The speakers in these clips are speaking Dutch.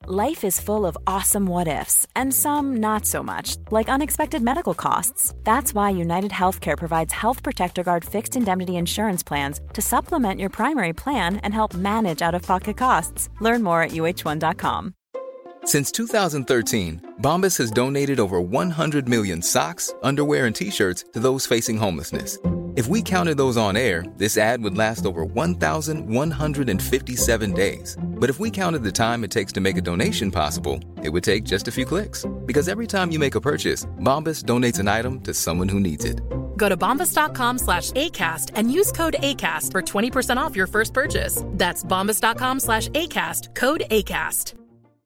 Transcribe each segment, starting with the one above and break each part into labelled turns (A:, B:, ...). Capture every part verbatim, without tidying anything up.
A: Life is full of awesome what-ifs, and some not so much, like unexpected medical costs. That's why United Healthcare provides Health Protector Guard fixed indemnity insurance plans to supplement your primary plan and help manage out-of-pocket costs. Learn more at U H one dot com.
B: Since two thousand thirteen, Bombas has donated over one hundred million socks, underwear, and T-shirts to those facing homelessness. If we counted those on air, this ad would last over one thousand one hundred fifty-seven days. But if we counted the time it takes to make a donation possible, it would take just a few clicks. Because every time you make a purchase, Bombas donates an item to someone who needs it.
C: Go to bombas.com slash ACAST and use code ACAST for twenty percent off your first purchase. That's bombas.com slash ACAST, code ACAST.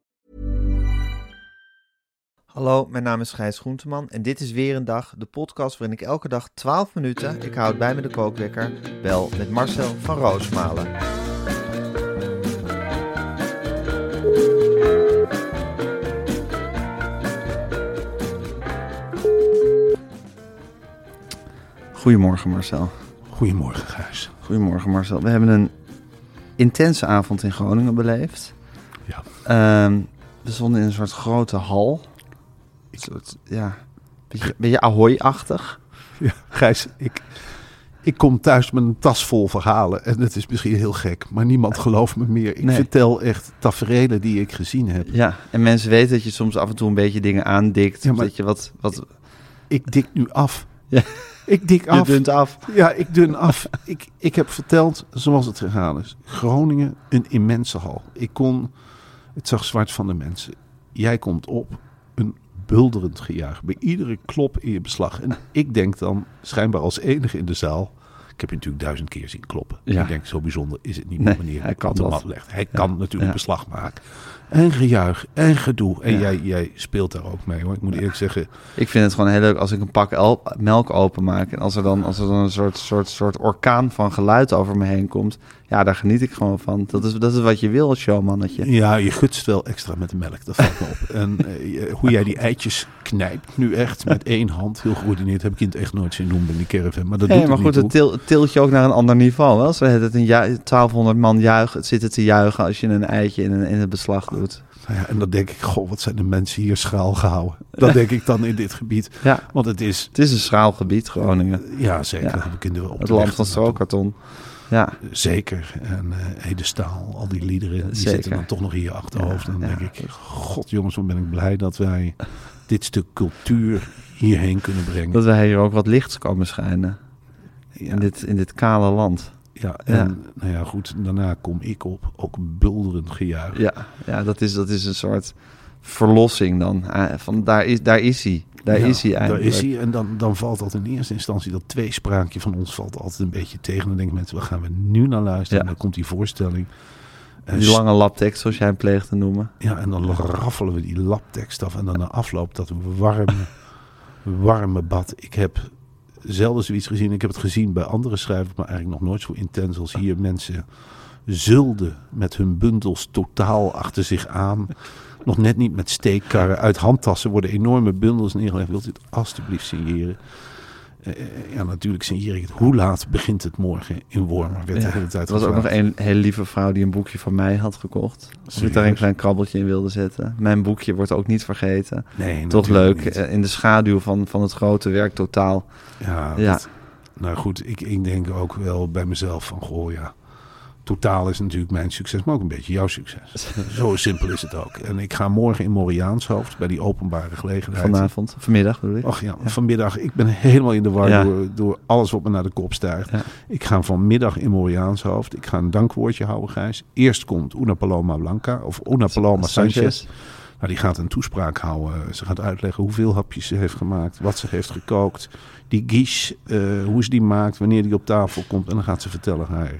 D: Hallo, mijn naam is Gijs Groenteman en dit is weer een dag, de podcast waarin ik elke dag twaalf minuten, ik houd bij me de kookwekker, bel met Marcel van Roosmalen. Goedemorgen Marcel.
E: Goedemorgen Gijs.
D: Goedemorgen Marcel. We hebben een intense avond in Groningen beleefd.
E: Ja.
D: Um, we stonden in een soort grote hal. Een soort, ja, beetje, beetje Ahoy-achtig.
E: Ja, Gijs, ik, ik kom thuis met een tas vol verhalen. En het is misschien heel gek, maar niemand gelooft me meer. Ik nee. vertel echt taferelen die ik gezien heb.
D: Ja, en mensen weten dat je soms af en toe een beetje dingen aandikt. Ja, maar dat je wat, wat...
E: Ik dik nu af. Ja. Ik dik af.
D: Je dunt af.
E: Ja, ik dun af. ik, ik heb verteld zoals het gegaan is. Groningen, een immense hal. Ik kon, het zag zwart van de mensen. Jij komt op, een bulderend gejuich. Bij iedere klop in je beslag. En ik denk dan, schijnbaar als enige in de zaal. Ik heb je natuurlijk duizend keer zien kloppen. Ja. Ik denk, zo bijzonder is het niet
D: nee,
E: wanneer
D: hij kan
E: op de
D: dat.
E: mat legt. Hij
D: ja.
E: kan natuurlijk
D: ja.
E: beslag maken. En gejuich en gedoe. En
D: ja.
E: jij, jij speelt daar ook mee hoor. Ik moet eerlijk zeggen.
D: Ik vind het gewoon heel leuk als ik een pak el- melk openmaak. En als er dan, als er dan een soort, soort, soort orkaan van geluid over me heen komt. Ja, daar geniet ik gewoon van. Dat is, dat is wat je wil als showmannetje.
E: Ja, je gutst wel extra met de melk. Dat valt me op. En uh, hoe jij die eitjes knijpt nu echt met één hand. Heel gecoördineerd. Heb ik in het echt nooit zien doen bij die caravan. Maar dat
D: hey,
E: doet
D: maar
E: het
D: goed,
E: niet
D: het til, tilt je ook naar een ander niveau. Als we het een ju- twaalfhonderd man juichen, het zitten te juichen als je een eitje in, een, in het beslag doet.
E: Nou ja, en dan denk ik, goh, wat zijn de mensen hier schaal gehouden. Dat denk ik dan in dit gebied.
D: Ja.
E: Want het is...
D: Het is een schraal gebied, Groningen.
E: Uh, ja, zeker. Ja. Dat heb ik in de, op
D: het
E: de
D: land van strookkarton. Ja.
E: Zeker. En uh, Ede Staal, al die liederen, die
D: zeker.
E: zitten dan toch nog in je achterhoofd. Ja, en dan ja. denk ik, god jongens, wat ben ik blij dat wij dit stuk cultuur hierheen kunnen brengen.
D: Dat wij hier ook wat licht komen schijnen. Ja. In, dit, in dit kale land.
E: Ja, en ja. nou ja, goed, daarna kom ik op, ook bulderend gejuich.
D: Ja, ja dat, is, dat is een soort verlossing dan. Van daar is, daar is hij. Daar
E: ja,
D: is hij eigenlijk.
E: Daar is hij. En dan, dan valt dat in eerste instantie, dat tweespraakje van ons valt altijd een beetje tegen. Dan denken mensen, waar gaan we nu naar luisteren? Ja. En dan komt die voorstelling.
D: Die uh, lange laptekst, zoals jij hem pleegt te noemen.
E: Ja, en dan raffelen we die laptekst af. En dan na afloop dat warme, warme bad. Ik heb zelden zoiets gezien. Ik heb het gezien bij andere schrijvers, maar eigenlijk nog nooit zo intens als hier. Mensen zulden met hun bundels totaal achter zich aan. Nog net niet met steekkarren. Uit handtassen worden enorme bundels neergelegd. Wilt u het alstublieft signeren? Uh, ja, natuurlijk signeer ik het. Hoe laat begint het morgen in Wormer? Werd
D: ja,
E: de hele tijd
D: er was
E: gevraagd.
D: ook nog een hele lieve vrouw die een boekje van mij had gekocht. Of ik daar een klein krabbeltje in wilde zetten. Mijn boekje wordt ook niet vergeten.
E: Nee,
D: toch leuk.
E: Niet.
D: In de schaduw van, van het grote werk totaal.
E: Ja,
D: ja.
E: Dat, nou goed. Ik, ik denk ook wel bij mezelf van, goh ja. Totaal is natuurlijk mijn succes, maar ook een beetje jouw succes. Zo simpel is het ook. En ik ga morgen in Moriaanshoofd bij die openbare gelegenheid.
D: Vanavond, vanmiddag bedoel ik.
E: Ach ja, ja, vanmiddag. Ik ben helemaal in de war ja. door, door alles wat me naar de kop stijgt. Ja. Ik ga vanmiddag in Moriaanshoofd. Ik ga een dankwoordje houden, Gijs. Eerst komt Una Paloma Blanca of Una Paloma Sanchez. Sanchez. Nou, die gaat een toespraak houden. Ze gaat uitleggen hoeveel hapjes ze heeft gemaakt, wat ze heeft gekookt. Die guiche, uh, hoe ze die maakt, wanneer die op tafel komt. En dan gaat ze vertellen haar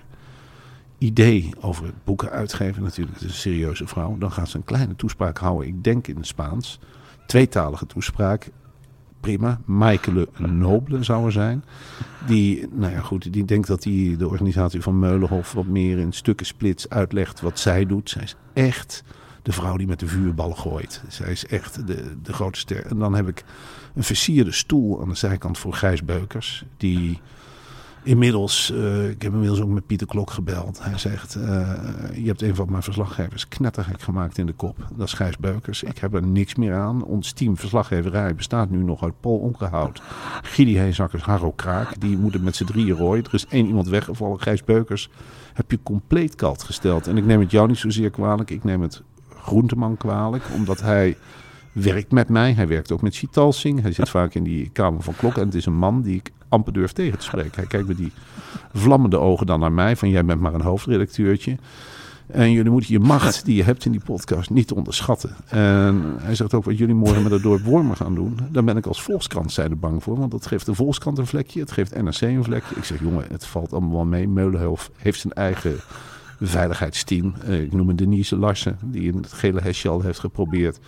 E: idee over het boeken uitgeven. Natuurlijk, het is een serieuze vrouw. Dan gaat ze een kleine toespraak houden. Ik denk in het Spaans. Tweetalige toespraak. Prima. Maaike Noble zou er zijn. Die, nou ja goed, die denkt dat hij de organisatie van Meulenhof wat meer in stukken splits uitlegt wat zij doet. Zij is echt de vrouw die met de vuurbal gooit. Zij is echt de, de grote ster. En dan heb ik een versierde stoel aan de zijkant voor Gijs Beukers. Die Inmiddels, uh, ik heb inmiddels ook met Pieter Klok gebeld. Hij zegt, uh, je hebt een van mijn verslaggevers knettergek gemaakt in de kop. Dat is Gijs Beukers. Ik heb er niks meer aan. Ons team verslaggeverij bestaat nu nog uit Paul Ongehout, Gidi Heesakkers, Harro Kraak. Die moeten met z'n drieën rooien. Er is één iemand weggevallen. Gijs Beukers heb je compleet kalt gesteld. En ik neem het jou niet zozeer kwalijk. Ik neem het Groenteman kwalijk. Omdat hij werkt met mij. Hij werkt ook met Chitalsing. Hij zit vaak in die kamer van Klok. En het is een man die ik amper durf tegen te spreken. Hij kijkt met die vlammende ogen dan naar mij. Van jij bent maar een hoofdredacteurtje. En jullie moeten je macht die je hebt in die podcast niet onderschatten. En hij zegt ook wat jullie morgen met het dorp Wormer gaan doen. Daar ben ik als Volkskrant zijde bang voor. Want dat geeft de Volkskrant een vlekje. Het geeft N R C een vlekje. Ik zeg jongen, het valt allemaal wel mee. Meulenhof heeft zijn eigen veiligheidsteam. Ik noem het Denise Larsen. Die in het gele hesje al heeft geprobeerd.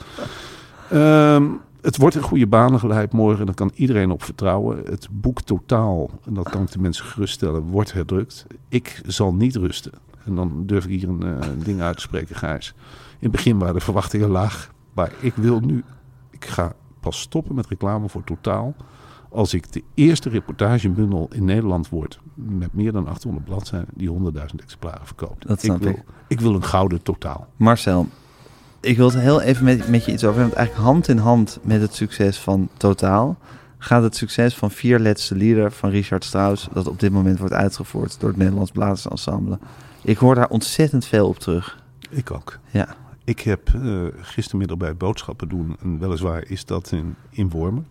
E: Um, Het wordt een goede banen geleid morgen en daar kan iedereen op vertrouwen. Het boek Totaal, en dat kan ik de mensen geruststellen, wordt herdrukt. Ik zal niet rusten. En dan durf ik hier een uh, ding uit te spreken, Gijs. In het begin waren de verwachtingen laag. Maar ik wil nu, ik ga pas stoppen met reclame voor Totaal als ik de eerste reportagebundel in Nederland word met meer dan achthonderd bladzijden die honderdduizend exemplaren verkoopt.
D: Dat snap
E: ik, wil,
D: ik.
E: ik wil een gouden Totaal.
D: Marcel, ik wil het heel even met, met je iets over hebben. Eigenlijk hand in hand met het succes van Totaal gaat het succes van Vier Laatste Lieder van Richard Strauss, dat op dit moment wordt uitgevoerd door het Nederlands Blazersensemble. Ik hoor daar ontzettend veel op terug.
E: Ik ook.
D: Ja.
E: Ik heb uh, gistermiddag bij boodschappen doen, en weliswaar is dat in, in Wormer.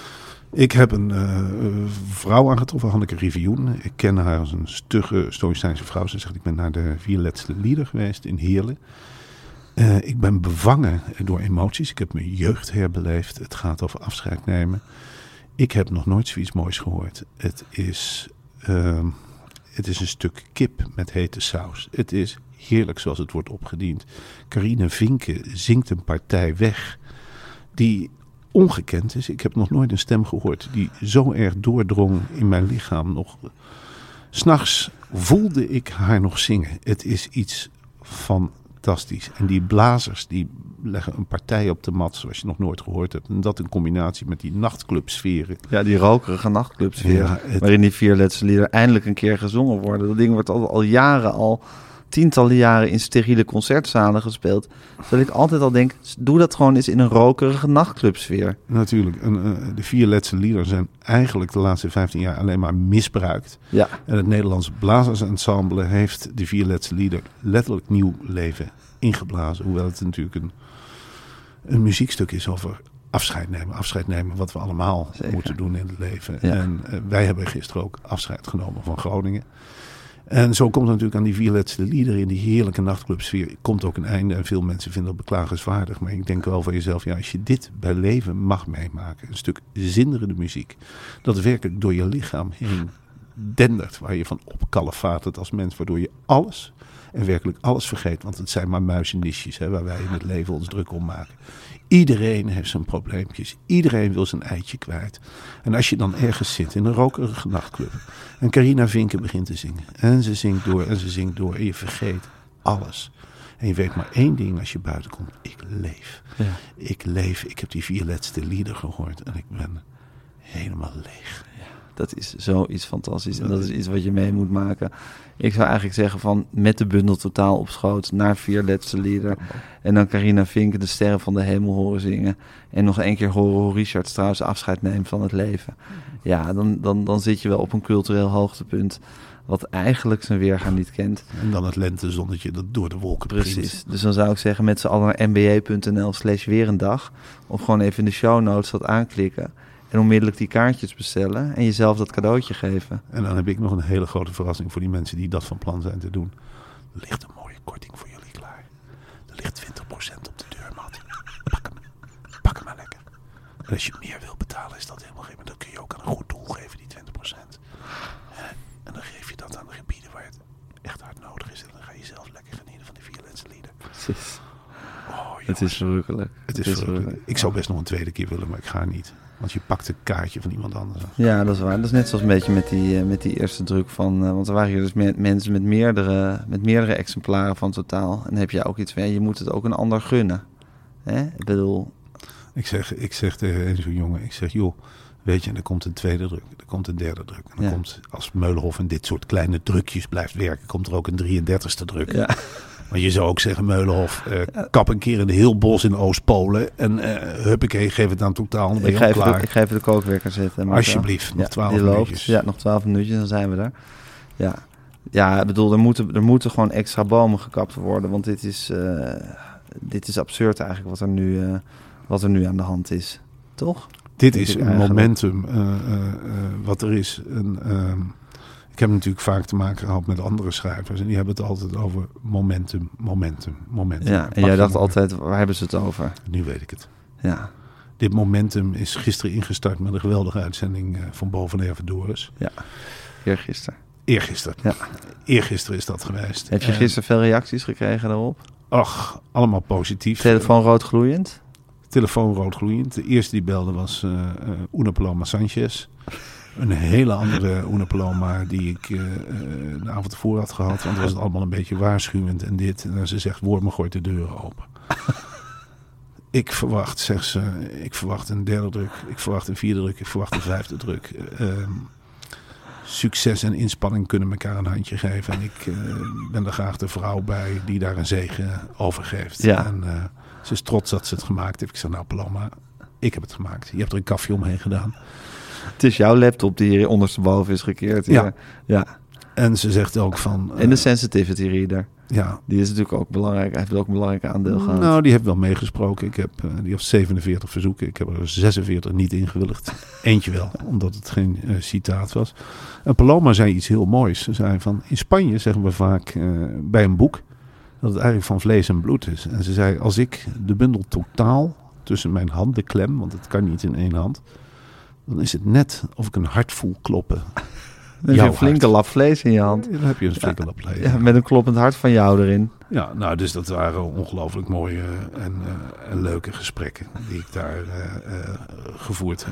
E: Ik heb een uh, vrouw aangetroffen, Hanneke Rivioen. Ik ken haar als een stugge Stoïcijnse vrouw. Ze zegt, ik ben naar de Vier Laatste Lieder geweest in Heerlen. Uh, ik ben bevangen door emoties. Ik heb mijn jeugd herbeleefd. Het gaat over afscheid nemen. Ik heb nog nooit zoiets moois gehoord. Het is, uh, het is een stuk kip met hete saus. Het is heerlijk zoals het wordt opgediend. Carine Vinken zingt een partij weg die ongekend is. Ik heb nog nooit een stem gehoord die zo erg doordrong in mijn lichaam. Nog 's nachts voelde ik haar nog zingen. Het is iets van fantastisch. En die blazers die leggen een partij op de mat zoals je nog nooit gehoord hebt. En dat in combinatie met die nachtclubsferen.
D: Ja, die rokerige nachtclubsferen. Ja, het... waarin die Vier Laatste Lieder eindelijk een keer gezongen worden. Dat ding wordt al, al jaren, al tientallen jaren in steriele concertzalen gespeeld. Terwijl ik altijd al denk, doe dat gewoon eens in een rokerige nachtclubsfeer.
E: Natuurlijk. En, uh, de Vier Laatste Lieder zijn eigenlijk de laatste vijftien jaar alleen maar misbruikt.
D: Ja.
E: En het Nederlands Blazersensemble heeft de Vier Laatste Lieder letterlijk nieuw leven ingeblazen. Hoewel het natuurlijk een, een muziekstuk is over afscheid nemen. Afscheid nemen wat we allemaal Zeker. moeten doen in het leven. Ja. En uh, wij hebben gisteren ook afscheid genomen van Groningen. En zo komt het natuurlijk aan die Vier Laatste Lieder in die heerlijke nachtclubsfeer. Komt ook een einde en veel mensen vinden dat beklagenswaardig. Maar ik denk wel van jezelf, ja, als je dit bij leven mag meemaken. Een stuk zinderende muziek. Dat werkelijk door je lichaam heen dendert. Waar je van opkalefatert als mens. Waardoor je alles en werkelijk alles vergeet. Want het zijn maar muizennisjes hè, waar wij in het leven ons druk om maken. Iedereen heeft zijn probleempjes. Iedereen wil zijn eitje kwijt. En als je dan ergens zit in een rokerige nachtclub. En Carina Vinken begint te zingen. En ze zingt door en ze zingt door. En je vergeet alles. En je weet maar één ding als je buiten komt. Ik leef. Ja. Ik leef. Ik heb die Vier Laatste Lieder gehoord. En ik ben helemaal leeg.
D: Ja, dat is zoiets fantastisch. En dat is iets wat je mee moet maken. Ik zou eigenlijk zeggen van met de bundel Totaal op schoot naar Vier Laatste Lieder. En dan Carina Vinken de Sterren van de Hemel horen zingen. En nog één keer horen hoe Richard Strauss afscheid neemt van het leven. Ja, dan, dan, dan zit je wel op een cultureel hoogtepunt wat eigenlijk zijn weerga niet kent.
E: En dan het lentezonnetje dat door de wolken
D: Precies.
E: Print.
D: Dus dan zou ik zeggen met z'n allen naar mba.nl slash weer een dag. Of gewoon even in de show notes dat aanklikken. En onmiddellijk die kaartjes bestellen en jezelf dat cadeautje geven.
E: En dan heb ik nog een hele grote verrassing voor die mensen die dat van plan zijn te doen. Er ligt een mooie korting voor jullie klaar. Er ligt twintig procent op de deurmat. Pak hem. Pak hem maar lekker. En als je meer wil betalen is dat helemaal geen... Maar dan kun je ook aan een goed doel geven, die twintig procent. En dan geef je dat aan de gebieden waar het echt hard nodig is. En dan ga je zelf lekker genieten van die Vier Laatste Lieder.
D: Precies.
E: Oh,
D: het is verrukkelijk.
E: Het is verrukkelijk. Ik zou best nog een tweede keer willen, maar ik ga niet. Want je pakt een kaartje van iemand anders.
D: Ja, dat is waar. Dat is net zoals een beetje met die, uh, met die eerste druk van... Uh, want er waren hier dus me- mensen met meerdere, met meerdere exemplaren van Totaal. En dan heb je ook iets van, ja, je moet het ook een ander gunnen. Hè? Ik bedoel...
E: Ik zeg, ik zeg tegen zo'n jongen, ik zeg, joh, Weet je, en dan komt een tweede druk, dan komt een derde druk. En dan
D: Ja.
E: komt, als Meulenhof in dit soort kleine drukjes blijft werken, komt er ook een drieëndertigste druk.
D: Ja.
E: Maar je zou ook zeggen, Meulenhof, uh, kap een keer in de heel bos in Oost-Polen. En uh, huppakee, geef het aan Totaal. Dan ben
D: Ik
E: je
D: ga,
E: al
D: even
E: klaar.
D: de, ik ga even de kookwekker zetten. Maar
E: Alsjeblieft,
D: ja,
E: nog twaalf
D: die loopt.
E: minuutjes.
D: Ja, nog twaalf minuutjes, dan zijn we er. Ja, ja ik bedoel, er moeten, er moeten gewoon extra bomen gekapt worden. Want dit is, uh, dit is absurd eigenlijk wat er, nu, uh, wat er nu aan de hand is. Toch?
E: Dit
D: Denk
E: is
D: ik
E: een
D: eigenlijk.
E: momentum uh, uh, uh, wat er is. Een, uh, ik heb natuurlijk vaak te maken gehad met andere schrijvers. En die hebben het altijd over momentum, momentum, momentum.
D: Ja, en
E: Mag
D: jij
E: je
D: dacht
E: maar-
D: altijd, waar hebben ze het over?
E: Nu weet ik het.
D: Ja,
E: Dit momentum is gisteren ingestart met een geweldige uitzending uh, van Boven Erven Doris.
D: ja. Eergisteren.
E: Eergisteren.
D: Ja.
E: Eergisteren is dat geweest.
D: Heb je
E: En,
D: gisteren veel reacties gekregen daarop?
E: Ach, allemaal positief.
D: Telefoon rood gloeiend?
E: Telefoon rood gloeiend. De eerste die belde was uh, uh, Una Paloma Sanchez. Een hele andere Una Paloma die ik uh, uh, de avond ervoor had gehad. Want was het allemaal een beetje waarschuwend en dit. En ze zegt, Wormer gooit de deuren open. Ik verwacht, zegt ze, ik verwacht een derde druk. Ik verwacht een vierde druk. Ik verwacht een vijfde druk. Uh, succes en inspanning kunnen elkaar een handje geven. En ik uh, ben er graag de vrouw bij die daar een zegen over geeft.
D: Ja.
E: En uh, ze is trots dat ze het gemaakt heeft. Ik zeg, nou Paloma, ik heb het gemaakt. Je hebt er een kafje omheen gedaan.
D: Het is jouw laptop die hier ondersteboven is gekeerd.
E: Ja.
D: Hier. Ja.
E: En ze zegt ook van... Uh,
D: En de sensitivity reader.
E: ja,
D: Die is natuurlijk ook belangrijk. Hij heeft ook een belangrijk aandeel gehad.
E: nou, die heeft wel meegesproken. Ik heb, uh, die heeft zevenenveertig verzoeken. Ik heb er zesenveertig niet ingewilligd. Eentje wel, omdat het geen uh, citaat was. En Paloma zei iets heel moois. Ze zei van, in Spanje zeggen we vaak uh, bij een boek dat het eigenlijk van vlees en bloed is. En ze zei, als ik de bundel Totaal tussen mijn handen klem, want het kan niet in één hand, dan is het net of ik een hart voel kloppen.
D: Dan heb je
E: jouw
D: een flinke
E: hart.
D: lap vlees in je hand.
E: Ja, dan heb je een flinke lap vlees.
D: Ja, met een kloppend hart van jou erin.
E: Ja, nou, dus dat waren ongelooflijk mooie en, uh, en leuke gesprekken die ik daar uh, uh, gevoerd heb.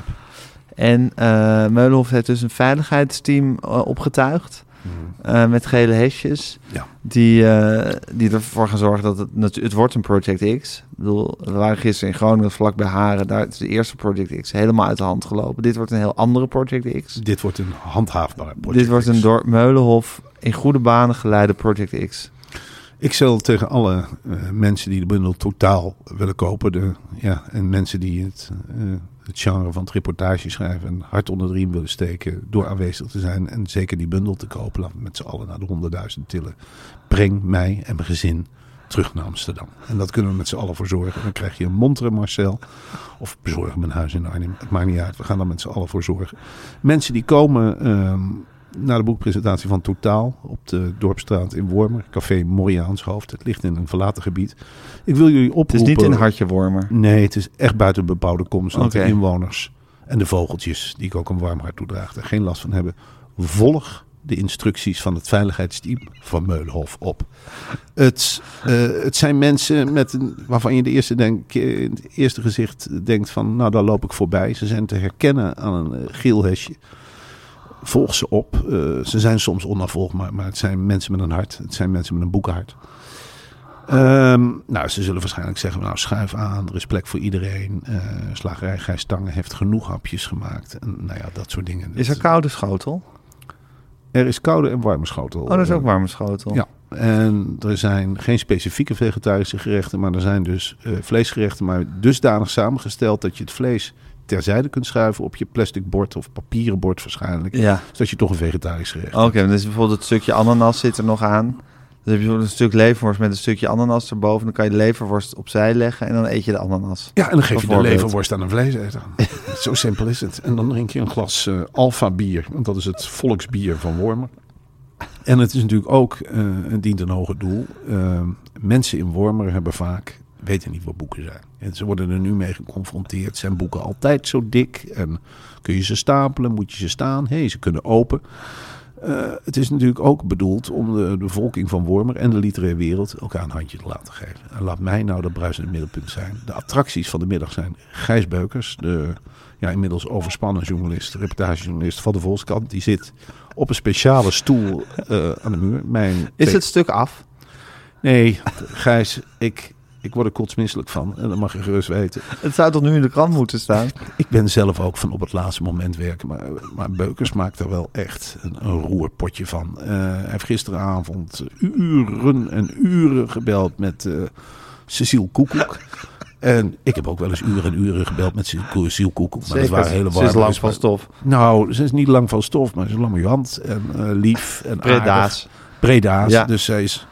D: En uh, Meulenhof heeft dus een veiligheidsteam uh, opgetuigd.
E: Hmm.
D: Uh, met gele hesjes.
E: Ja.
D: Die, uh, die ervoor gaan zorgen dat het... natu- Het wordt een Project X. Ik bedoel, we waren gisteren in Groningen, vlak bij Haren. Daar is de eerste Project X helemaal uit de hand gelopen. Dit wordt een heel andere Project X.
E: Dit wordt een handhaafbaar project.
D: Dit wordt
E: X.
D: een door Meulenhof in goede banen geleide Project X.
E: Ik zal tegen alle uh, mensen die de bundel Totaal willen kopen... De, ja, en mensen die het, uh, het genre van het reportage schrijven... een hart onder de riem willen steken door aanwezig te zijn... en zeker die bundel te kopen, laten we met z'n allen naar de honderdduizend tillen. Breng mij en mijn gezin terug naar Amsterdam. En dat kunnen we met z'n allen voor zorgen. Dan krijg je een montere Marcel. Of bezorgen mijn huis in Arnhem. Het maakt niet uit. We gaan er met z'n allen voor zorgen. Mensen die komen um, naar de boekpresentatie van Totaal. Op de Dorpstraat in Wormer. Café Moriaanshoofd. Het ligt in een verlaten gebied. Ik wil jullie oproepen.
D: Het is niet in Hartje Wormer.
E: Nee, het is echt buiten bebouwde komst. Want
D: Oké.
E: de inwoners en de vogeltjes, die ik ook een warm hart toedraag, er geen last van hebben. Volg de instructies van het veiligheidsteam van Meulenhof op. Het, uh, het zijn mensen met een, waarvan je de eerste denk, in het eerste gezicht denkt van, nou daar loop ik voorbij. Ze zijn te herkennen aan een uh, geel hesje. Volg ze op. Uh, ze zijn soms onafvolgbaar, maar het zijn mensen met een hart. Het zijn mensen met een boekenhart. Um, nou, ze zullen waarschijnlijk zeggen, nou schuif aan, er is plek voor iedereen. Uh, slagerij Gijs Tange heeft genoeg hapjes gemaakt. En nou ja, dat soort dingen.
D: Is er koude schotel?
E: Er is koude en warme schotel.
D: Oh, dat is ook warme schotel.
E: Ja, en er zijn geen specifieke vegetarische gerechten, maar er zijn dus uh, vleesgerechten, maar dusdanig samengesteld dat je het vlees terzijde kunt schuiven op je plastic bord of papieren bord waarschijnlijk.
D: Ja.
E: Zodat je toch een vegetarisch gerecht
D: Oké,
E: hebt.
D: dan is bijvoorbeeld het stukje ananas zit er nog aan. Dan heb je bijvoorbeeld een stuk leverworst met een stukje ananas erboven. Dan kan je de leverworst opzij leggen en dan eet je de ananas.
E: Ja, en dan geef je de
D: Bijvoorbeeld.
E: leverworst aan een vleeseter. Zo simpel is het. En dan drink je een glas uh, Alfa bier, want dat is het volksbier van Wormer. En het is natuurlijk ook, uh, het dient een hoger doel. Uh, mensen in Wormer hebben vaak, weten niet wat boeken zijn. En ze worden er nu mee geconfronteerd. Zijn boeken altijd zo dik? En kun je ze stapelen? Moet je ze staan? Hé, hey, ze kunnen open. Uh, het is natuurlijk ook bedoeld om de, de bevolking van Wormer en de literaire wereld elkaar een handje te laten geven. En laat mij nou dat bruisende middelpunt zijn. De attracties van de middag zijn Gijs Beukers, de ja, inmiddels overspannen journalist, reportagejournalist van de Volkskrant. Die zit op een speciale stoel uh, aan de muur. Mijn
D: Is het stuk af?
E: Nee, Gijs, ik Ik word er kotsmisselijk van. En dat mag je gerust weten.
D: Het zou toch nu in de krant moeten staan?
E: Ik ben zelf ook van op het laatste moment werken. Maar, maar Beukers maakt er wel echt een, een roerpotje van. Uh, hij heeft gisteravond uren en uren gebeld met uh, Cecile Koekoek. En ik heb ook wel eens uren en uren gebeld met Cecile Koekoek. Maar dat waren hele warme.
D: Ze is lang van stof.
E: Nou, ze is niet lang van stof, maar ze is lamoyant en uh, lief en
D: Breda's.
E: Breda's.
D: Ja.
E: Dus zij is...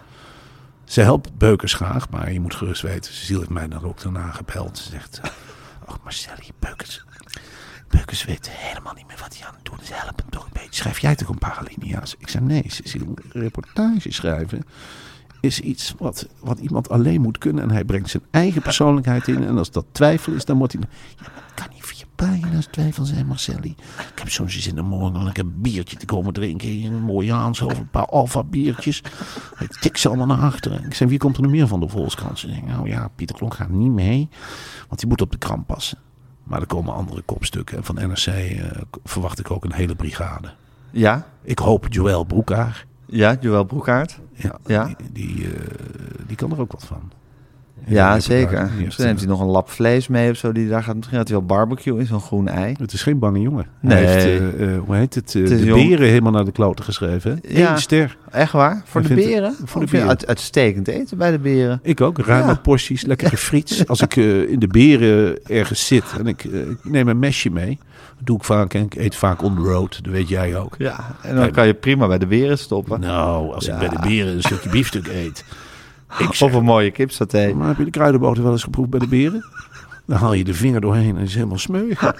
E: Ze helpt Beukers graag, maar je moet gerust weten. Cecile heeft mij dan ook daarna gebeld. Ze zegt, oh Marcelli, Beukers. Beukers weet helemaal niet meer wat hij aan het doen is. Help hem toch een beetje. Schrijf jij toch een paar alinea's? Ik zei, nee Cecile, reportage schrijven is iets wat, wat iemand alleen moet kunnen. En hij brengt zijn eigen persoonlijkheid in. En als dat twijfel is, dan wordt hij... Ja, maar het kan niet voor je pagina's twijfel zijn, Marcelli. Ik heb zo'n zin in de morgen al een biertje te komen drinken. Een mooi aanshoofd, een paar alfa biertjes. Ik tik ze allemaal naar achteren. Ik zei, wie komt er nog meer van de Volkskrant? Ze zeggen, nou ja, Pieter Klok gaat niet mee. Want die moet op de krant passen. Maar er komen andere kopstukken. En van N R C uh, verwacht ik ook een hele brigade.
D: Ja?
E: Ik hoop Joël Broekaar.
D: Ja, Joël Broekaert.
E: Ja,
D: ja.
E: Die, die, uh, die kan er ook wat van.
D: Ja,
E: ja
D: zeker. Misschien neemt hij nog een lap vlees mee of zo. Die daar gaat. Misschien had hij wel barbecue in, zo'n groen ei.
E: Het is geen bange jongen.
D: Nee.
E: Hij heeft, uh, uh, hoe heet het? Uh,
D: het
E: de
D: jong.
E: beren helemaal naar de kloten geschreven. Hè?
D: Ja.
E: Eén ster.
D: Echt waar? Voor
E: Hij
D: de
E: vindt
D: beren?
E: het- voor de
D: Ik vind
E: beren.
D: Uit, uitstekend eten bij de beren.
E: Ik ook. Ruime
D: Ja.
E: porties, lekkere friets. Als ik uh, in de beren ergens zit en ik, uh, ik neem een mesje mee. Dat doe ik vaak. En ik eet vaak on the road. Dat weet jij ook.
D: Ja, en dan kan je prima bij de beren stoppen.
E: Nou, als
D: Ja.
E: ik bij de beren een stukje biefstuk eet. Ik
D: Of
E: zeg,
D: een mooie kipsaté.
E: maar heb je de kruidenboter wel eens geproefd bij de beren? Dan haal je de vinger doorheen en het is helemaal smeuig.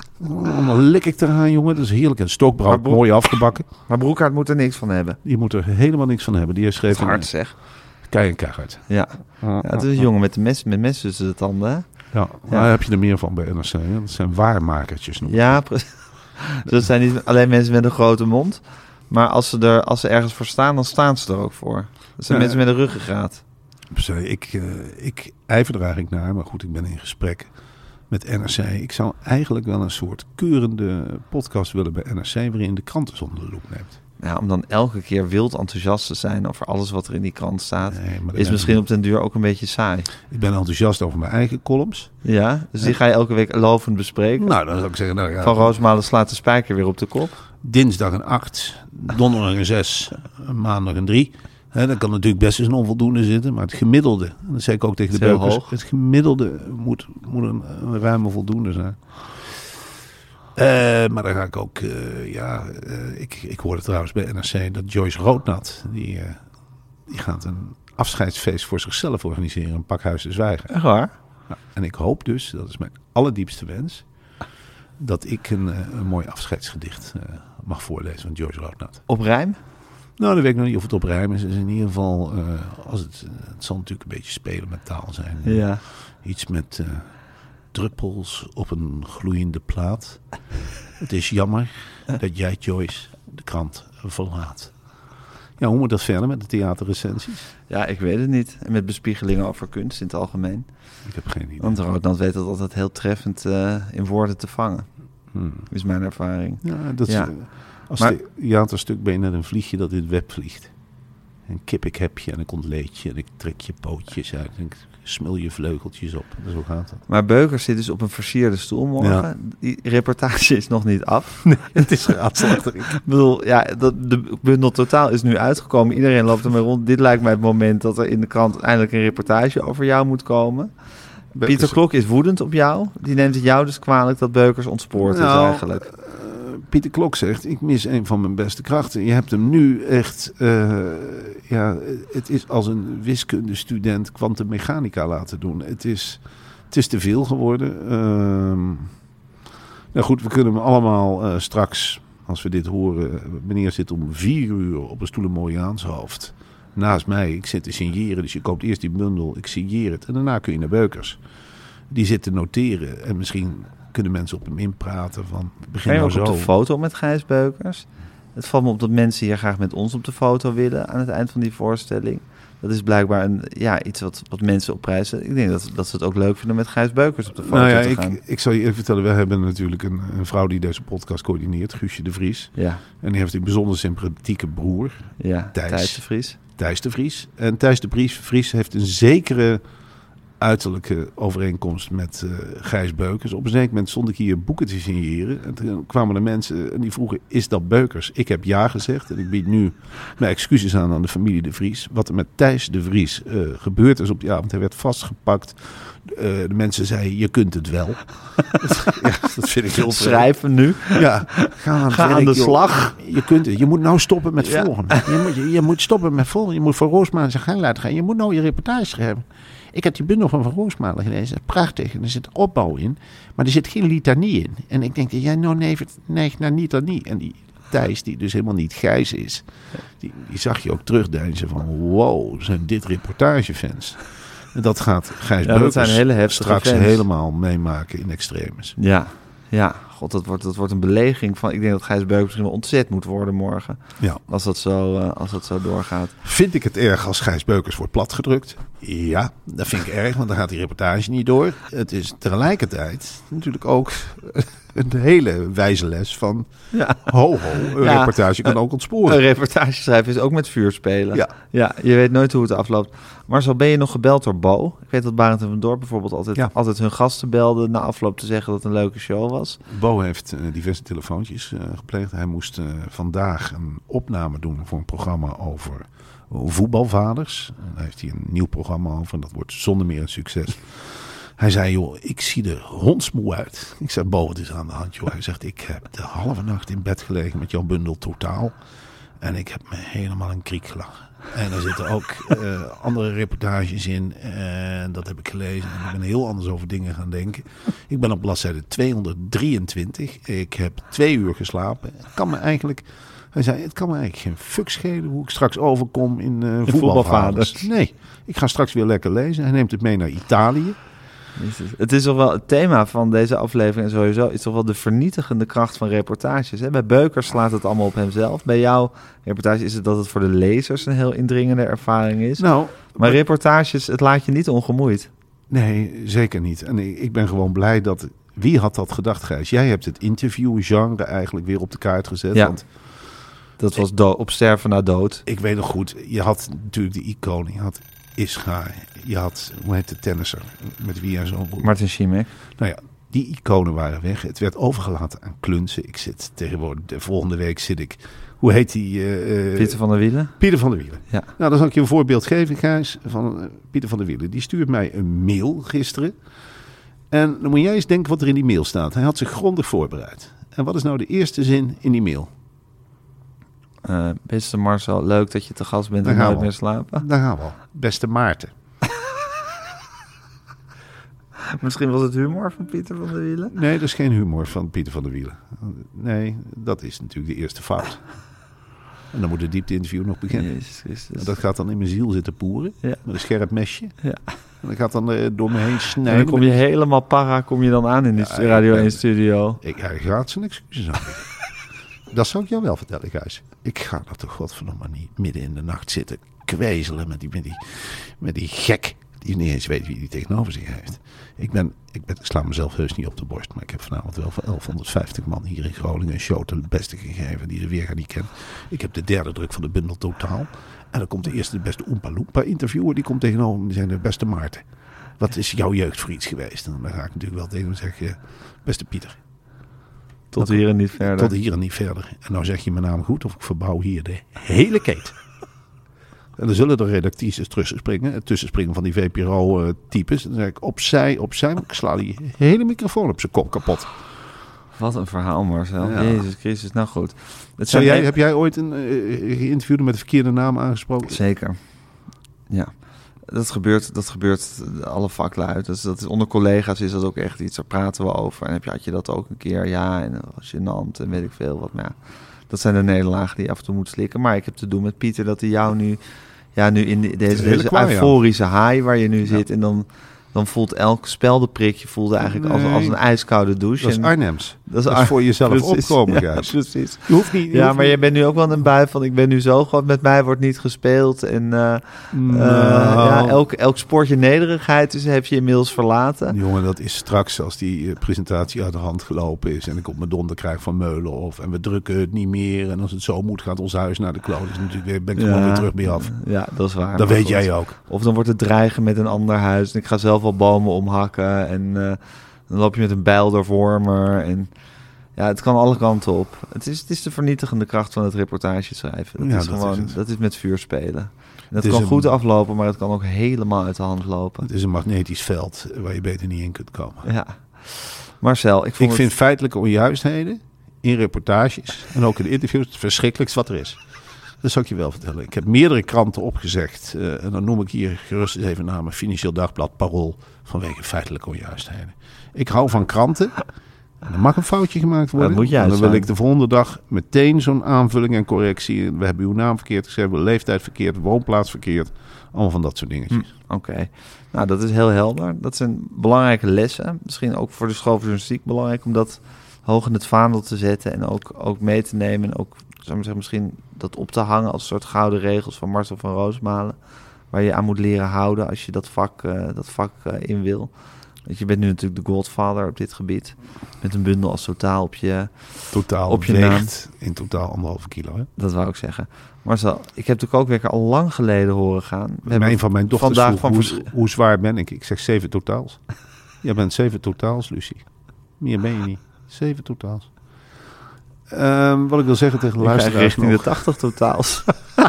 E: Oh, dan lik ik eraan, jongen. Dat is heerlijk. En stokbrood,
D: Maar Bro-
E: mooi afgebakken.
D: Maar Broekaert moet er niks van hebben.
E: Je moet er helemaal niks van hebben. Die heeft
D: Dat is
E: schreven...
D: hard zeg.
E: Kei en keihard.
D: Ja. ja, het is een jongen met, de mes, met mes tussen de tanden. Hè?
E: Ja, daar heb je er meer van bij N R C. Hè? Dat zijn waarmakertjes. Nog.
D: Ja, precies. Dus dat zijn niet alleen mensen met een grote mond. Maar als ze, er, als ze ergens voor staan, dan staan ze er ook voor. Dat zijn
E: Ja.
D: mensen met een ruggengraat.
E: Sorry, ik, uh, ik ijver er eigenlijk naar. Maar goed, ik ben in gesprek met N R C. Ik zou eigenlijk wel een soort keurende podcast willen bij N R C... waarin de kranten onder de loep neemt.
D: Ja, om dan elke keer wild enthousiast te zijn over alles wat er in die krant staat...
E: Nee, maar
D: is
E: ben
D: misschien
E: ik,
D: op den duur ook een beetje saai.
E: ik ben enthousiast over mijn eigen columns.
D: Ja, dus die ga je elke week lovend bespreken.
E: Nou, dan zou ik zeggen... Nou, ja,
D: Van Roosmalen slaat de spijker weer op de kop.
E: dinsdag een acht, donderdag een zes, maandag een drie. He, dan kan natuurlijk best eens een onvoldoende zitten. Maar het gemiddelde, en dat zei ik ook tegen de
D: Het is heel
E: Beukers...
D: hoog.
E: het gemiddelde moet, moet een, een ruime voldoende zijn. Uh, maar dan ga ik ook... Uh, ja, uh, ik, ik hoorde trouwens bij N R C dat Joyce Roodnat... die, uh, die gaat een afscheidsfeest voor zichzelf organiseren. Een pakhuis te zwijgen.
D: Echt waar?
E: Nou, en ik hoop dus, dat is mijn allerdiepste wens... dat ik een, uh, een mooi afscheidsgedicht uh, mag voorlezen van Joyce Roodnat.
D: Op rijm?
E: Nou, dan weet ik nog niet of het op rijm is. Het is in ieder geval, uh, als het, uh, het zal natuurlijk een beetje spelen met taal zijn.
D: Ja.
E: Iets met uh, druppels op een gloeiende plaat. Het is jammer dat jij, Joyce, de krant verlaat. Ja, hoe moet dat verder met de theaterrecensies?
D: Ja, ik weet het niet. En met bespiegelingen over kunst in het algemeen.
E: Ik heb geen idee.
D: Want Roodnat weet dat altijd heel treffend uh, in woorden te vangen.
E: Hmm.
D: Is mijn ervaring.
E: Ja, dat is,
D: Ja.
E: uh, als
D: Maar-
E: het theaterstuk ben je net een vliegje dat in het web vliegt. En kip ik heb je en ik ontleed je en ik trek je pootjes uit en ik smul je vleugeltjes op. En zo gaat dat.
D: Maar Beukers zit dus op een versierde stoel morgen.
E: Ja.
D: Die reportage is nog niet af.
E: Het is raadselachtig.
D: Ik bedoel, ja, dat, de bundel totaal is nu uitgekomen. Iedereen loopt ermee rond. Dit lijkt mij het moment dat er in de krant eindelijk een reportage over jou moet komen.
E: Beukers-
D: Pieter Klok is woedend op jou. Die neemt het jou dus kwalijk dat Beukers ontspoord is
E: Nou,
D: eigenlijk.
E: uh, Pieter Klok zegt, ik mis een van mijn beste krachten. Je hebt hem nu echt, uh, ja, het is als een wiskundestudent kwantummechanica laten doen. Het is, het is te veel geworden. Um, nou goed, we kunnen hem allemaal uh, straks, als we dit horen, meneer zit om vier uur op een stoel een Moriaans hoofd. Naast mij, ik zit te signeren, dus je koopt eerst die bundel, ik signeer het en daarna kun je naar Beukers. Die zit te noteren en misschien kunnen mensen op hem inpraten van begin
D: Ga je
E: nou
D: ook
E: zo.
D: op de foto met Gijs Beukers? Het valt me op dat mensen hier graag met ons op de foto willen aan het eind van die voorstelling. Dat is blijkbaar een, ja, iets wat, wat mensen op prijs zetten. Ik denk dat, dat ze het ook leuk vinden om met Gijs Beukers op de foto
E: Nou ja,
D: te gaan.
E: ik, ik zal je even vertellen, we hebben natuurlijk een, een vrouw die deze podcast coördineert, Guusje de Vries.
D: Ja,
E: En die heeft een bijzonder sympathieke broer,
D: ja.
E: Thijs.
D: Thijs de Vries.
E: Thijs de Vries. En Thijs de Vries, Vries heeft een zekere uiterlijke overeenkomst met uh, Gijs Beukers. Op een zeker moment stond ik hier boeken te signeren. En toen kwamen er mensen en die vroegen, is dat Beukers? Ik heb ja gezegd en ik bied nu mijn excuses aan aan de familie De Vries. Wat er met Thijs De Vries uh, gebeurd is op die avond. Hij werd vastgepakt. Uh, de mensen zeiden, je kunt het wel. Ja, dat vind ik heel
D: schrijven nu.
E: Ja, ga aan,
D: ga
E: werk,
D: aan de
E: joh.
D: slag.
E: Je kunt het. Je moet nou stoppen met
D: ja.
E: volgen. Je moet, je, je moet stoppen met volgen. Je moet Van Roosmalen zijn gang laten gaan. Je moet nou je reportage schrijven. Ik heb die bundel van Van Roosmalen gelezen. Prachtig. En er zit opbouw in. Maar er zit geen litanie in. En ik denk dat jij nou neigt, neigt naar litanie. En die Thijs, die dus helemaal niet Gijs is. Die, die zag je ook terugdeinzen van, wow, zijn dit reportagefans. En dat gaat Gijs
D: ja,
E: Beukers
D: dat zijn hele
E: straks
D: fans.
E: helemaal meemaken in extremis.
D: Ja, ja. God, dat wordt, dat wordt een beleging van... Ik denk dat Gijs Beukers misschien wel ontzet moet worden morgen.
E: Ja.
D: Als dat zo, uh, als dat zo doorgaat.
E: Vind ik het erg als Gijs Beukers wordt platgedrukt? Ja, dat vind ik erg, want dan gaat die reportage niet door. Het is tegelijkertijd natuurlijk ook een hele wijze les van...
D: Ja.
E: Ho, ho, een ja, reportage kan ook ontsporen.
D: Een reportage schrijven is ook met vuur spelen.
E: Ja.
D: Ja, je weet nooit hoe het afloopt. Marcel, ben je nog gebeld door Bo? Ik weet dat Barend en van Dorp bijvoorbeeld altijd, ja. altijd hun gasten belden... na afloop te zeggen dat het een leuke show was.
E: Bo heeft uh, diverse telefoontjes uh, gepleegd. Hij moest uh, vandaag een opname doen voor een programma over... voetbalvaders. Daar heeft hij een nieuw programma over. En dat wordt zonder meer een succes. Hij zei, joh, ik zie er hondsmoe uit. Ik zei, Bo, het is aan de hand, joh. Hij zegt, ik heb de halve nacht in bed gelegen met jouw bundel Totaal. En ik heb me helemaal een kriek gelachen. En er zitten ook uh, andere reportages in. En dat heb ik gelezen. En ik ben heel anders over dingen gaan denken. Ik ben op bladzijde tweehonderddrieëntwintig. Ik heb twee uur geslapen. Ik kan me eigenlijk... Hij zei, het kan me eigenlijk geen fuck schelen hoe ik straks overkom in uh, voetbalvaders. Nee, ik ga straks weer lekker lezen. Hij neemt het mee naar Italië.
D: Het is toch wel het thema van deze aflevering en sowieso is toch wel de vernietigende kracht van reportages. Hè? Bij Beukers slaat het allemaal op hemzelf. Bij jouw reportage is het dat het voor de lezers een heel indringende ervaring is. Nou, maar reportages, het laat je niet ongemoeid.
E: Nee, zeker niet. En ik ben gewoon blij dat... Wie had dat gedacht, Gijs? Jij hebt het interviewgenre eigenlijk weer op de kaart gezet.
D: Ja.
E: Want
D: dat was do- op sterven na dood.
E: Ik weet nog goed, je had natuurlijk de icoon. Je had Ischa. Je had, hoe heet de tennisser? Met wie hij zo...
D: Martin Schimek.
E: Nou ja, die iconen waren weg. Het werd overgelaten aan klunsen. Ik zit tegenwoordig, de volgende week zit ik... Hoe heet die? Uh,
D: Pieter van der Wielen?
E: Pieter van der Wielen.
D: Ja.
E: Nou, dan zal ik je een voorbeeld geven, Gijs. Van uh, Pieter van der Wielen. Die stuurt mij een mail gisteren. En dan moet jij eens denken wat er in die mail staat. Hij had zich grondig voorbereid. En wat is nou de eerste zin in die mail?
D: Uh, beste Marcel, leuk dat je te gast bent en nooit meer slapen.
E: Daar gaan we al. Beste Maarten.
D: Misschien was het humor van Pieter van der Wielen?
E: Nee, dat is geen humor van Pieter van der Wielen. Nee, dat is natuurlijk de eerste fout. En dan moet de diepte-interview nog beginnen.
D: Jezus Christus.
E: En dat gaat dan in mijn ziel zitten poeren. Ja. Met een scherp mesje.
D: Ja.
E: En dat gaat dan uh, door me heen snijden.
D: En dan kom je helemaal para, kom je dan aan in die ja, Radio één studio.
E: Ik, hij gaat zijn excuses aan. Dat zou ik jou wel vertellen, Gijs. Ik ga dat toch godverdomme niet midden in de nacht zitten kwezelen met die, met die, met die gek die niet eens weet wie die tegenover zich heeft. Ik, ben, ik, ben, ik sla mezelf heus niet op de borst, maar ik heb vanavond wel voor elfhonderdvijftig man hier in Groningen een show ten beste gegeven die de weerga niet kent. Ik heb de derde druk van de bundel Totaal. En dan komt de eerste, de beste Oompa Loompa interviewer, die komt tegenover me en die zijn de beste Maarten. Wat is jouw jeugdvriend geweest? En dan ga ik natuurlijk wel tegen hem zeggen, beste Pieter.
D: Tot hier en niet verder.
E: Tot hier en niet verder. En nou zeg je mijn naam goed of ik verbouw hier de hele keten. En dan zullen er redactrices tussenspringen. Het tussenspringen van die V P R O-types. Dan zeg ik opzij, opzij. Ik sla die hele microfoon op zijn kop kapot.
D: Wat een verhaal, Marcel. Ja. Jezus Christus. Nou goed.
E: Het Zou jij, heb jij ooit een uh, geïnterviewde met de verkeerde naam aangesproken?
D: Zeker. Ja. Dat gebeurt, dat gebeurt alle vaklui. Dus dat is, onder collega's is dat ook echt iets. Daar praten we over. En heb je, had je dat ook een keer? Ja, en gênant en weet ik veel wat. Maar ja, dat zijn de nederlagen die je af en toe moet slikken. Maar ik heb te doen met Pieter dat hij jou nu... Ja, nu in de, deze, deze kwaai, euforische ja. high waar je nu ja. zit. En dan, dan voelt elk speldenprikje voelde eigenlijk nee. als, als een ijskoude douche.
E: Dat is
D: en,
E: Arnhems.
D: Dat is,
E: dat is voor jezelf
D: precies,
E: opkomen,
D: ja,
E: Gijs.
D: precies.
E: Je hoeft niet, je
D: ja,
E: hoeft
D: maar
E: niet.
D: je bent nu ook wel een bui van... ik ben nu zo gewoon... met mij wordt niet gespeeld. En uh,
E: no.
D: uh, ja, elk, elk sportje nederigheid dus heb je inmiddels verlaten.
E: Jongen, dat is straks als die uh, presentatie uit de hand gelopen is... en ik op mijn donder krijg van Meulenhof... en we drukken het niet meer... en als het zo moet gaat ons huis naar de kloot. Dus natuurlijk weer, ben ik ja, gewoon weer terug bij af.
D: Ja, dat is waar.
E: Dat weet
D: goed.
E: jij ook.
D: Of dan wordt het dreigen met een ander huis... en ik ga zelf zelf al bomen omhakken. En uh, dan loop je met een bijl door Wormer. En ja, het kan alle kanten op. Het is, het is de vernietigende kracht van het reportage schrijven. Dat
E: ja,
D: is
E: dat
D: gewoon,
E: is het.
D: dat is met vuur spelen. Dat
E: Het
D: kan
E: is
D: goed
E: een,
D: aflopen, maar het kan ook helemaal uit de hand lopen.
E: Het is een magnetisch veld waar je beter niet in kunt komen.
D: Ja. Marcel, ik, vond
E: ik
D: het...
E: vind feitelijke onjuistheden in reportages en ook in interviews het verschrikkelijkst wat er is. Dat zal ik je wel vertellen. Ik heb meerdere kranten opgezegd. Uh, en dan noem ik hier gerust eens even namen. Financieel Dagblad, Parool, vanwege feitelijke onjuistheden. Ik hou van kranten. En er mag een foutje gemaakt worden.
D: Dat moet juist
E: dan wil
D: zijn.
E: ik de volgende dag meteen zo'n aanvulling en correctie. We hebben uw naam verkeerd geschreven, leeftijd verkeerd, woonplaats verkeerd. Allemaal van dat soort dingetjes.
D: Hm, Oké, okay. Nou dat is heel helder. Dat zijn belangrijke lessen. Misschien ook voor de school van journalistiek belangrijk om dat hoog in het vaandel te zetten en ook, ook mee te nemen. En ook, zou ik zeggen, misschien dat op te hangen als een soort gouden regels van Marcel van Roosmalen. Waar je aan moet leren houden als je dat vak, uh, dat vak uh, in wil. Want je bent nu natuurlijk de godfather op dit gebied. Met een bundel als totaal op je,
E: totaal
D: op je
E: weegt
D: naam.
E: In totaal anderhalve kilo. Hè?
D: Dat wou ik zeggen. Marcel, ik heb natuurlijk ook weer al lang geleden horen gaan. We
E: Mijn van mijn dochters
D: vandaag
E: vroeg,
D: van
E: hoe,
D: vers-
E: hoe zwaar ben ik? Ik zeg zeven totaals. Jij bent zeven totaals, Lucie. Meer ben je niet. Zeven totaals. Um, wat ik wil zeggen tegen de
D: ik
E: luisteraars
D: richting
E: nog.
D: de tachtig totaals.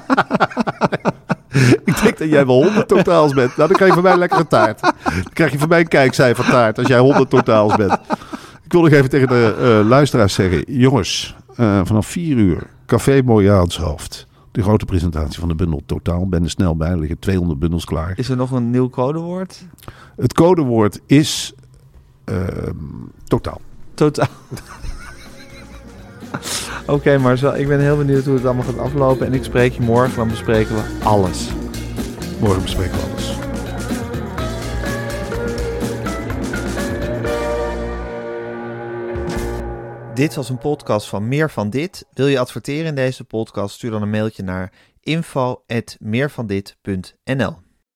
E: Ik denk dat jij wel honderd totaals bent. Nou, dan krijg je van mij een lekkere taart. Dan krijg je van mij een kijkcijfer taart als jij honderd totaals bent. Ik wil nog even tegen de uh, luisteraars zeggen. Jongens, uh, vanaf vier uur, Café Mojaanshoofd. De grote presentatie van de bundel Totaal. Ben er snel bij, er liggen tweehonderd bundels klaar.
D: Is er nog een nieuw codewoord?
E: Het codewoord is uh, totaal.
D: Totaal. Oké, okay, Marcel, ik ben heel benieuwd hoe het allemaal gaat aflopen. En ik spreek je morgen, dan bespreken we alles.
E: Morgen bespreken we alles.
D: Dit was een podcast van Meer van Dit. Wil je adverteren in deze podcast? Stuur dan een mailtje naar info at meervandit punt n l.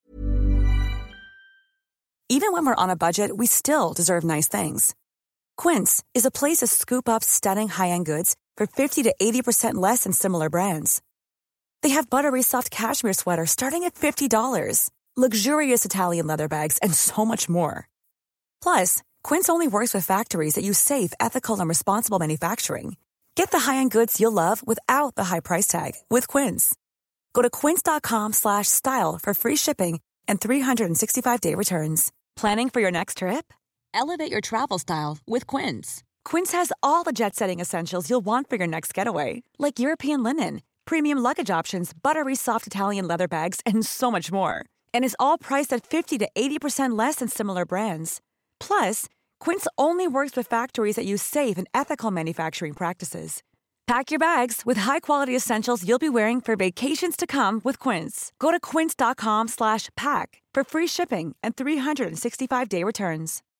F: Even when we're on a budget, we still deserve nice things. Quince is a place to scoop up stunning high-end goods for fifty to eighty percent less than similar brands. They have buttery soft cashmere sweaters starting at fifty dollars, luxurious Italian leather bags, and so much more. Plus, Quince only works with factories that use safe, ethical, and responsible manufacturing. Get the high-end goods you'll love without the high price tag with Quince. Go to quince.com slash style for free shipping and three sixty-five day returns. Planning for your next trip? Elevate your travel style with Quince. Quince has all the jet-setting essentials you'll want for your next getaway, like European linen, premium luggage options, buttery soft Italian leather bags, and so much more. And is all priced at fifty to eighty percent less than similar brands. Plus, Quince only works with factories that use safe and ethical manufacturing practices. Pack your bags with high-quality essentials you'll be wearing for vacations to come with Quince. Go to quince.com slash pack for free shipping and three sixty-five day returns.